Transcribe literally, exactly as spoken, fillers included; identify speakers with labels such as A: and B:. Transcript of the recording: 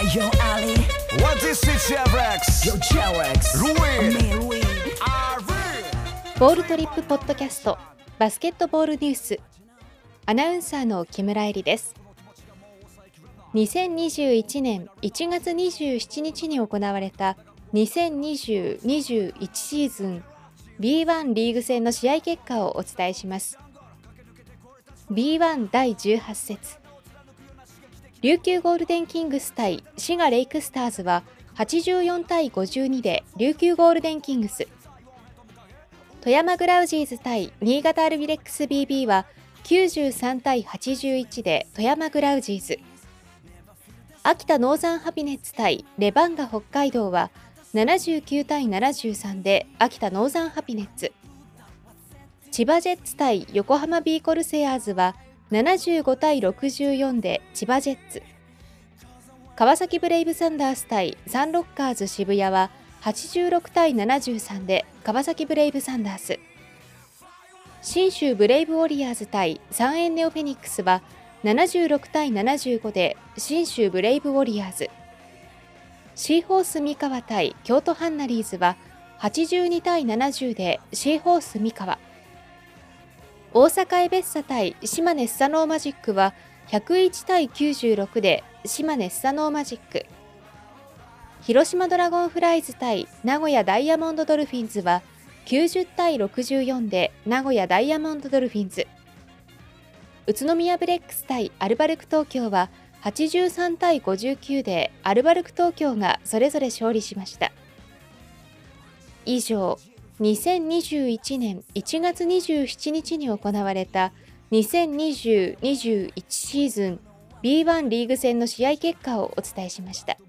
A: Yo Ali,
B: What is it, J-Rex?
A: Yo J-Rex,
B: Ruin.
A: Me Ruin.
B: Arvin.
C: ボールトリップポッドキャストバスケットボールニュース、アナウンサーの木村えりです。にせんにじゅういちねんいちがつにじゅうしちにちに行われたにせんにじゅう にじゅういちシーズン ビーワン リーグ戦の試合結果をお伝えします。 ビーワン だいじゅうはち節、琉球ゴールデンキングス対滋賀レイクスターズははちじゅうよんたいごじゅうにで琉球ゴールデンキングス、富山グラウジーズ対新潟アルビレックス ビービー はきゅうじゅうさんたいはちじゅういちで富山グラウジーズ、秋田ノーザンハピネッツ対レバンガ北海道はななじゅうきゅうたいななじゅうさんで秋田ノーザンハピネッツ、千葉ジェッツ対横浜ビーコルセアーズはななじゅうごたいろくじゅうよんで千葉ジェッツ、川崎ブレイブサンダース対サンロッカーズ渋谷ははちじゅうろくたいななじゅうさんで川崎ブレイブサンダース、信州ブレイブウォリアーズ対三円ネオフェニックスはななじゅうろくたいななじゅうごで信州ブレイブウォリアーズ、シーホース三河対京都ハンナリーズははちじゅうにたいななじゅうでシーホース三河、大阪エベッサ対島根スサノーマジックはひゃくいちたいきゅうじゅうろくで島根スサノーマジック、広島ドラゴンフライズ対名古屋ダイヤモンドドルフィンズはきゅうじゅうたいろくじゅうよんで名古屋ダイヤモンドドルフィンズ、宇都宮ブレックス対アルバルク東京ははちじゅうさんたいごじゅうきゅうでアルバルク東京がそれぞれ勝利しました。以上、にせんにじゅういちねんいちがつにじゅうしちにちに行われたにせんにじゅう にじゅういちシーズン ビーワン リーグ戦の試合結果をお伝えしました。